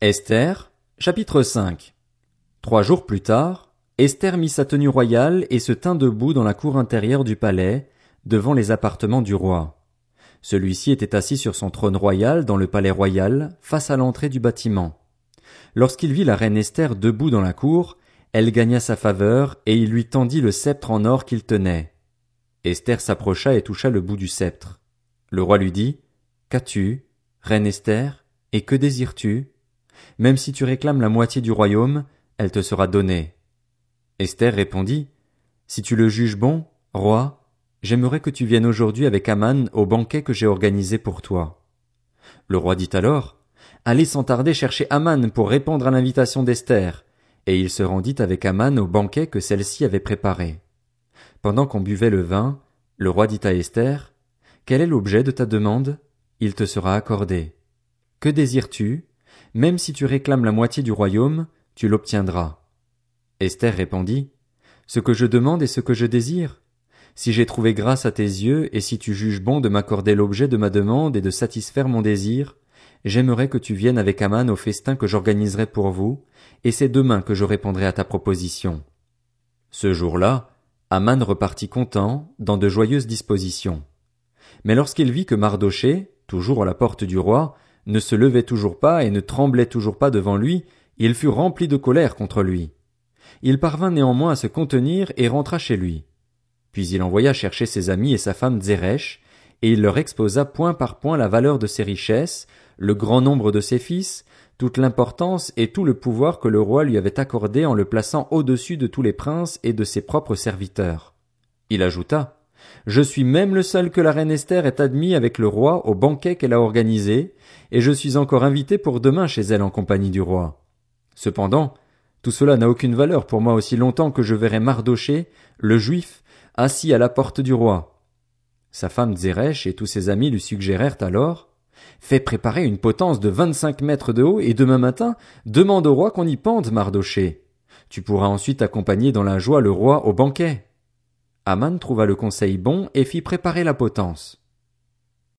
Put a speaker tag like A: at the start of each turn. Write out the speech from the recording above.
A: Esther, chapitre 5. 3 jours plus tard, Esther mit sa tenue royale et se tint debout dans la cour intérieure du palais, devant les appartements du roi. Celui-ci était assis sur son trône royal dans le palais royal, face à l'entrée du bâtiment. Lorsqu'il vit la reine Esther debout dans la cour, elle gagna sa faveur et il lui tendit le sceptre en or qu'il tenait. Esther s'approcha et toucha le bout du sceptre. Le roi lui dit, « Qu'as-tu, reine Esther, et que désires-tu ? Même si tu réclames la moitié du royaume, elle te sera donnée. » Esther répondit, « Si tu le juges bon, roi, j'aimerais que tu viennes aujourd'hui avec Aman au banquet que j'ai organisé pour toi. » Le roi dit alors, « Allez sans tarder chercher Aman pour répondre à l'invitation d'Esther. » Et il se rendit avec Aman au banquet que celle-ci avait préparé. Pendant qu'on buvait le vin, le roi dit à Esther, « Quel est l'objet de ta demande ? Il te sera accordé. Que désires-tu ? Même si tu réclames la moitié du royaume, tu l'obtiendras. » Esther répondit, « Ce que je demande est ce que je désire. Si j'ai trouvé grâce à tes yeux et si tu juges bon de m'accorder l'objet de ma demande et de satisfaire mon désir, j'aimerais que tu viennes avec Aman au festin que j'organiserai pour vous, et c'est demain que je répondrai à ta proposition. » Ce jour-là, Aman repartit content, dans de joyeuses dispositions. Mais lorsqu'il vit que Mardochée, toujours à la porte du roi, ne se levait toujours pas et ne tremblait toujours pas devant lui, il fut rempli de colère contre lui. Il parvint néanmoins à se contenir et rentra chez lui. Puis il envoya chercher ses amis et sa femme Zeresh, et il leur exposa point par point la valeur de ses richesses, le grand nombre de ses fils, toute l'importance et tout le pouvoir que le roi lui avait accordé en le plaçant au-dessus de tous les princes et de ses propres serviteurs. Il ajouta, « Je suis même le seul que la reine Esther ait admis avec le roi au banquet qu'elle a organisé, et je suis encore invité pour demain chez elle en compagnie du roi. Cependant, tout cela n'a aucune valeur pour moi aussi longtemps que je verrai Mardochée, le juif, assis à la porte du roi. » Sa femme Zeresh et tous ses amis lui suggérèrent alors, « Fais préparer une potence de 25 mètres de haut et demain matin, demande au roi qu'on y pende Mardochée. Tu pourras ensuite accompagner dans la joie le roi au banquet. » Aman trouva le conseil bon et fit préparer la potence.